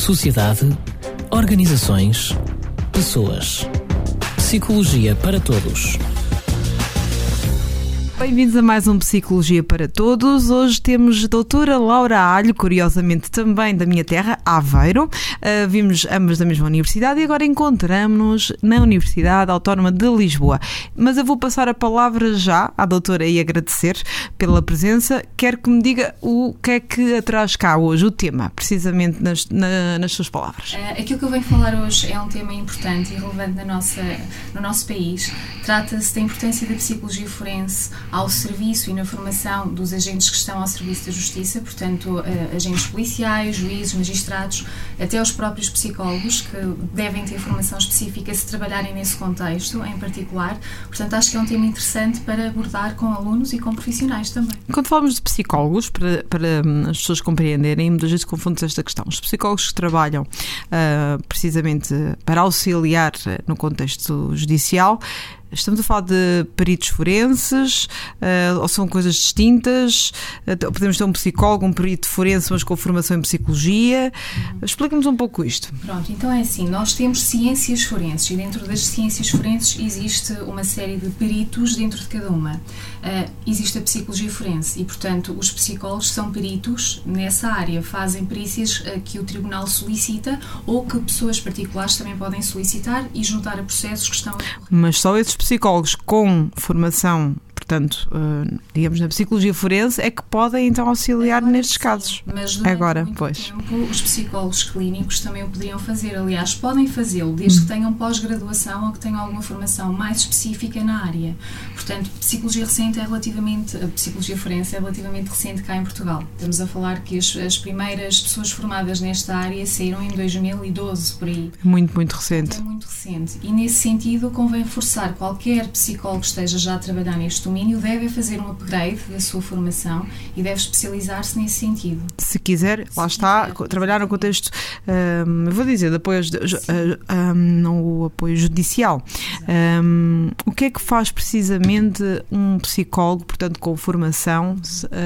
sociedade, organizações, pessoas. Psicologia para todos. Bem-vindos a mais um Psicologia para Todos. Hoje temos a doutora Laura Alho, curiosamente também da minha terra, Aveiro. Vimos ambas da mesma universidade e agora encontramos-nos na Universidade Autónoma de Lisboa. Mas eu vou passar a palavra já à doutora e agradecer pela presença. Quero que me diga o que é que a traz cá hoje, o tema, precisamente nas suas palavras. Aquilo que eu venho falar hoje é um tema importante e relevante no nosso país. Trata-se da importância da psicologia forense ao serviço e na formação dos agentes que estão ao serviço da justiça, portanto, agentes policiais, juízes, magistrados, até os próprios psicólogos, que devem ter formação específica se trabalharem nesse contexto em particular. Portanto, acho que é um tema interessante para abordar com alunos e com profissionais também. Quando falamos de psicólogos, para as pessoas compreenderem, muitas vezes confunde-se esta questão. Os psicólogos que trabalham precisamente para auxiliar no contexto judicial, estamos a falar de peritos forenses ou são coisas distintas? Podemos ter um psicólogo, um perito forense, mas com formação em psicologia? Explica-nos um pouco isto. Pronto, então é assim, nós temos ciências forenses e dentro das ciências forenses existe uma série de peritos dentro de cada uma. Existe a psicologia forense e, portanto, os psicólogos são peritos nessa área, fazem perícias que o tribunal solicita ou que pessoas particulares também podem solicitar e juntar a processos que estão... Mas só esses psicólogos com formação, portanto, digamos, na psicologia forense, é que podem então auxiliar nestes casos. Mas durante muito tempo, os psicólogos clínicos também o poderiam fazer. Aliás, podem fazê-lo desde que tenham pós-graduação ou que tenham alguma formação mais específica na área. Portanto, a psicologia forense é relativamente recente cá em Portugal. Estamos a falar que as primeiras pessoas formadas nesta área saíram em 2012, por aí. Muito, muito recente. É muito recente. E nesse sentido, convém reforçar qualquer psicólogo que esteja já a trabalhar neste domínio deve fazer um upgrade da sua formação e deve especializar-se nesse sentido. Se quiser, lá está, trabalhar no contexto, vou dizer, de apoio, no apoio judicial. O que é que faz precisamente um psicólogo, portanto, com formação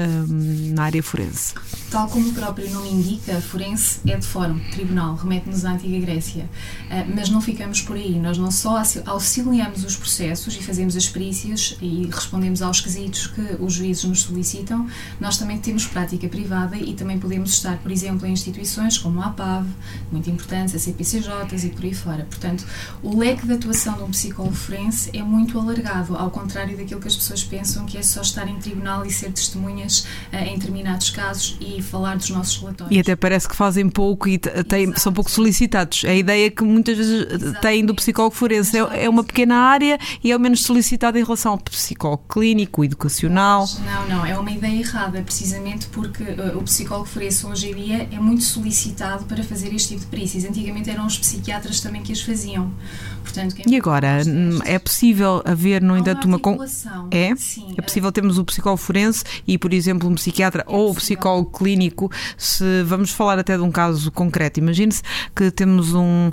na área forense? Tal como o próprio nome indica, forense é de fórum, tribunal, remete-nos à Antiga Grécia. Mas não ficamos por aí. Nós não só auxiliamos os processos e fazemos as perícias e respondemos aos quesitos que os juízes nos solicitam, nós também temos prática privada e também podemos estar, por exemplo, em instituições como a APAV, muito importantes, a CPCJs e por aí fora. Portanto, o leque de atuação de um psicólogo forense é muito alargado, ao contrário daquilo que as pessoas pensam que é só estar em tribunal e ser testemunhas em determinados casos e falar dos nossos relatórios. E até parece que fazem pouco e são pouco solicitados. A ideia que muitas vezes têm do psicólogo forense é uma pequena área e é o menos solicitado em relação ao psicólogo clínico, educacional. Não, é uma ideia errada, precisamente porque o psicólogo forense hoje em dia é muito solicitado para fazer este tipo de perícias. Antigamente eram os psiquiatras também que as faziam. Portanto, e agora, é possível haver, no entanto, uma articulação. Sim, é possível termos o psicólogo forense e, por exemplo, um psiquiatra ou o psicólogo clínico, se vamos falar até de um caso concreto. Imagine-se que temos um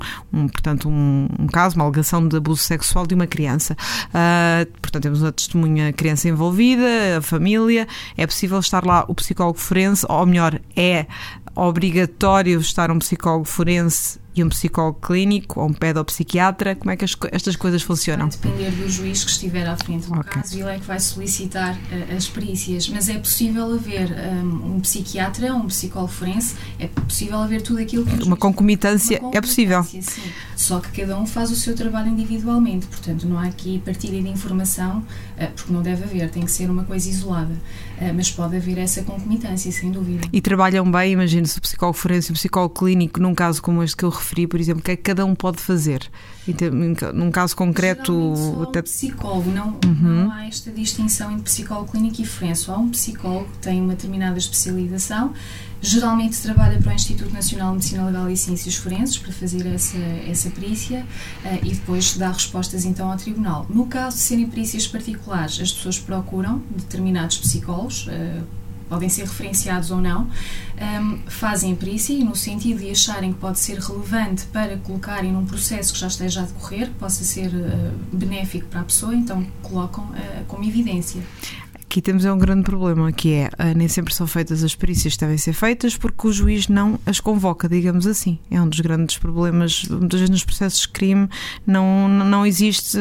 caso, uma alegação de abuso sexual de uma criança. Portanto, temos uma testemunha, criança envolvida, a família. É possível estar lá o psicólogo forense, ou melhor, é obrigatório estar um psicólogo forense e um psicólogo clínico ou um pedopsiquiatra? Como é que estas coisas funcionam? Vai depender do juiz que estiver à frente do caso e ele é que vai solicitar as perícias, mas é possível haver um psiquiatra, um psicólogo forense, é possível haver tudo aquilo que... Uma concomitância é possível. Sim. Só que cada um faz o seu trabalho individualmente, portanto não há aqui partilha de informação, porque não deve haver, tem que ser uma coisa isolada, mas pode haver essa concomitância, sem dúvida. E trabalham bem, imagine-se, o psicólogo forense e o psicólogo clínico, num caso como este que eu referi, por exemplo, o que é que cada um pode fazer? Num caso concreto... Geralmente só o psicólogo, não há esta distinção entre psicólogo clínico e forense. Há um psicólogo que tem uma determinada especialização, geralmente trabalha para o Instituto Nacional de Medicina Legal e Ciências Forenses para fazer essa perícia e depois dá respostas então ao tribunal. No caso de serem perícias particulares, as pessoas procuram determinados psicólogos, podem ser referenciados ou não, fazem a perícia e no sentido de acharem que pode ser relevante para colocarem num processo que já esteja a decorrer, que possa ser benéfico para a pessoa, então colocam como evidência. aqui temos um grande problema, que é nem sempre são feitas as perícias que devem ser feitas porque o juiz não as convoca, digamos assim. É um dos grandes problemas. Muitas vezes nos processos de crime não existe,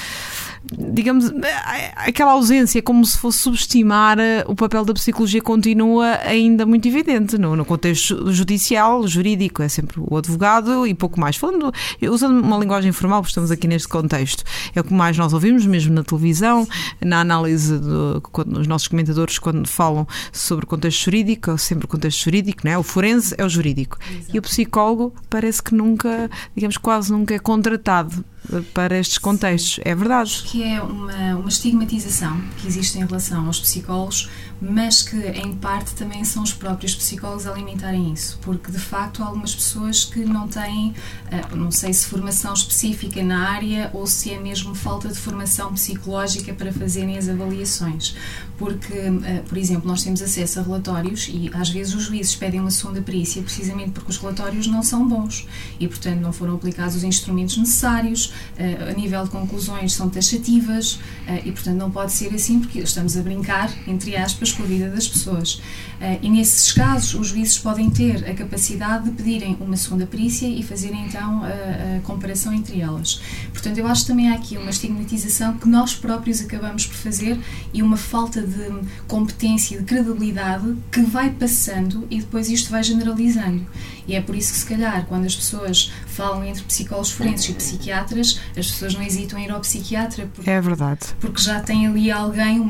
digamos, aquela ausência, como se fosse subestimar o papel da psicologia, continua ainda muito evidente no contexto judicial, jurídico, é sempre o advogado e pouco mais. Usando uma linguagem formal, porque estamos aqui neste contexto, é o que mais nós ouvimos, mesmo na televisão, na análise quando os nossos comentadores, quando falam sobre o contexto jurídico, é sempre o contexto jurídico, não é? O forense é o jurídico. Exato. E o psicólogo parece que nunca, digamos, quase nunca é contratado para estes contextos. É verdade. Que é uma estigmatização que existe em relação aos psicólogos, mas que em parte também são os próprios psicólogos a alimentarem isso, porque de facto há algumas pessoas que não têm, não sei se formação específica na área ou se é mesmo falta de formação psicológica para fazerem as avaliações, porque, por exemplo, nós temos acesso a relatórios e às vezes os juízes pedem uma segunda perícia precisamente porque os relatórios não são bons e, portanto, não foram aplicados os instrumentos necessários, a nível de conclusões são taxativas e, portanto, não pode ser assim porque estamos a brincar, entre aspas, com a vida das pessoas. E nesses casos os juízes podem ter a capacidade de pedirem uma segunda perícia e fazerem então a comparação entre elas. Portanto, eu acho que também há aqui uma estigmatização que nós próprios acabamos por fazer e uma falta de competência e de credibilidade que vai passando e depois isto vai generalizando. E é por isso que, se calhar, quando as pessoas falam entre psicólogos forenses e psiquiatras, as pessoas não hesitam em ir ao psiquiatra é verdade. Porque já tem ali alguém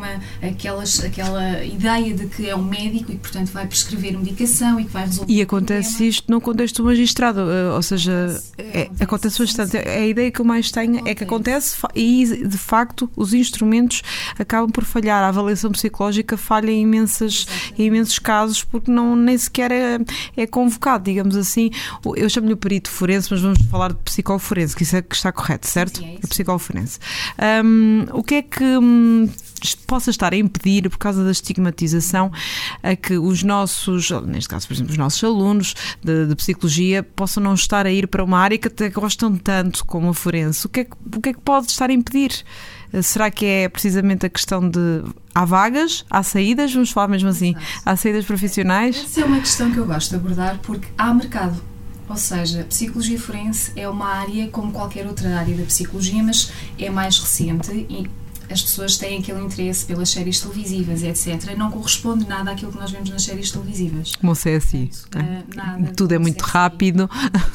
aquela ideia de que é um médico e que, portanto, vai prescrever medicação e que vai resolver. E acontece isto no contexto do magistrado, ou seja, acontece bastante. A ideia que eu mais tenho é que acontece e, de facto, os instrumentos acabam por falhar. A avaliação psicológica falha em imensos casos porque nem sequer é convocado, digamos assim. Eu chamo-lhe o perito forense, mas vamos falar de psicólogo forense, que isso é que está correto, certo? Sim, é isso. O psicólogo forense. O que é que possa estar a impedir, por causa da estigmatização, a que os nossos, neste caso, por exemplo, os nossos alunos de psicologia possam não estar a ir para uma área que até gostam tanto como a forense? O que é que pode estar a impedir? Será que é precisamente a questão de há vagas, há saídas, vamos falar mesmo assim, há saídas profissionais? Essa é uma questão que eu gosto de abordar porque há mercado. Ou seja, a psicologia forense é uma área como qualquer outra área da psicologia, mas é mais recente e as pessoas têm aquele interesse pelas séries televisivas, etc. Não corresponde nada àquilo que nós vemos nas séries televisivas. Como o CSI. Tudo é muito rápido.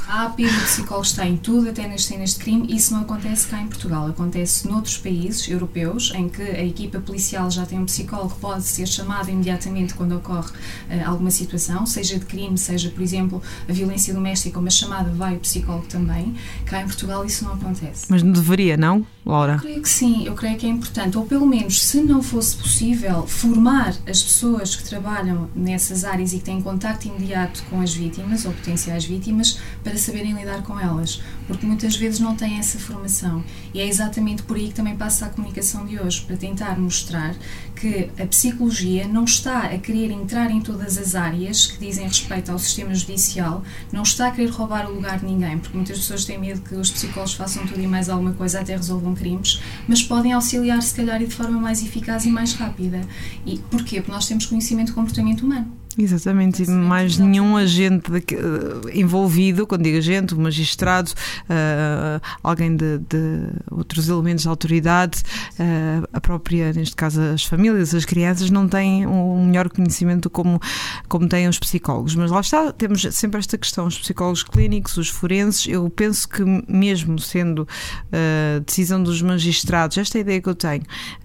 O psicólogo está em tudo, até nas cenas de crime. Isso não acontece cá em Portugal. Acontece noutros países europeus, em que a equipa policial já tem um psicólogo que pode ser chamado imediatamente quando ocorre alguma situação, seja de crime, seja, por exemplo, a violência doméstica, uma chamada vai o psicólogo também. Cá em Portugal isso não acontece. Mas não deveria, não, Laura? Eu creio que sim, eu creio que é importante, ou pelo menos, se não fosse possível, formar as pessoas que trabalham nessas áreas e que têm contacto imediato com as vítimas ou potenciais vítimas para saberem lidar com elas, porque muitas vezes não têm essa formação. E é exatamente por aí que também passa a comunicação de hoje, para tentar mostrar que a psicologia não está a querer entrar em todas as áreas que dizem respeito ao sistema judicial, não está a querer roubar o lugar de ninguém, porque muitas pessoas têm medo que os psicólogos façam tudo e mais alguma coisa até resolvam crimes, mas podem auxiliar se calhar e de forma mais eficaz e mais rápida. E porquê? Porque nós temos conhecimento do comportamento humano. Exatamente, e mais nenhum agente envolvido, quando digo agente, o magistrado, alguém de outros elementos de autoridade, a própria, neste caso as famílias, as crianças, não têm um melhor conhecimento como têm os psicólogos. Mas lá está, temos sempre esta questão, os psicólogos clínicos, os forenses. Eu penso que mesmo sendo decisão dos magistrados, esta é a ideia que eu tenho,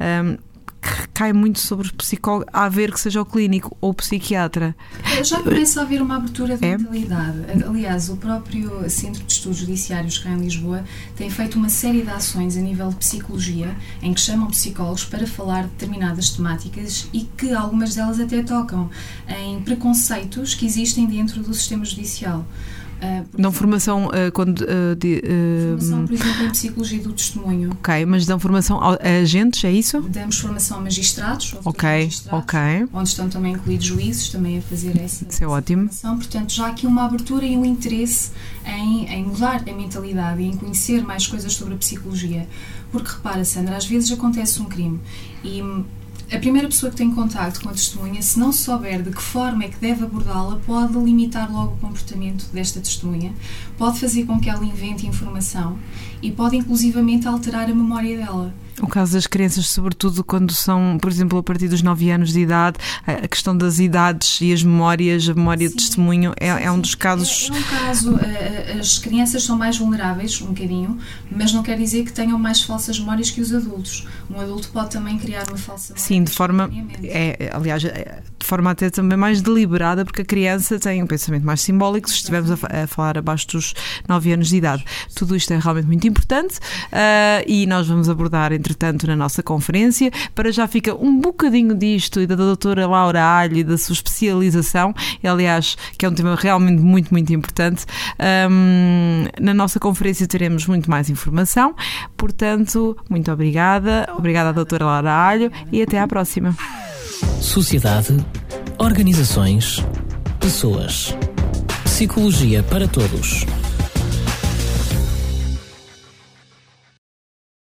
cai muito sobre o psicólogo, a haver que seja o clínico ou o psiquiatra. Já começa a haver uma abertura de mentalidade. Aliás, o próprio Centro de Estudos Judiciários cá em Lisboa tem feito uma série de ações a nível de psicologia em que chamam psicólogos para falar de determinadas temáticas e que algumas delas até tocam em preconceitos que existem dentro do sistema judicial. Dão formação formação, por exemplo, em psicologia do testemunho. Ok, mas dão formação a agentes, é isso? Damos formação a magistrados, ok. Onde estão também incluídos juízes também a fazer essa isso é ótimo. formação. Portanto, já há aqui uma abertura e um interesse em mudar a mentalidade e em conhecer mais coisas sobre a psicologia. Porque repara, Sandra, às vezes acontece um crime e A primeira pessoa que tem contacto com a testemunha, se não souber de que forma é que deve abordá-la, pode limitar logo o comportamento desta testemunha, pode fazer com que ela invente informação e pode inclusivamente alterar a memória dela. O caso das crianças, sobretudo quando são, por exemplo, a partir dos 9 anos de idade, a questão das idades e as memórias, a memória de testemunho é um dos casos... É um caso, as crianças são mais vulneráveis, um bocadinho, mas não quer dizer que tenham mais falsas memórias que os adultos. Um adulto pode também criar uma falsa memória. Sim, de forma, aliás, de forma até também mais deliberada, porque a criança tem um pensamento mais simbólico, se estivermos a falar abaixo dos 9 anos de idade. Tudo isto é realmente muito importante e nós vamos abordar, entretanto, na nossa conferência. Para já fica um bocadinho disto e da doutora Laura Alho e da sua especialização, aliás, que é um tema realmente muito, muito importante. Na nossa conferência teremos muito mais informação, portanto, muito obrigada. Obrigada à doutora Laura Alho e até à próxima. Sociedade, organizações, pessoas. Psicologia para todos.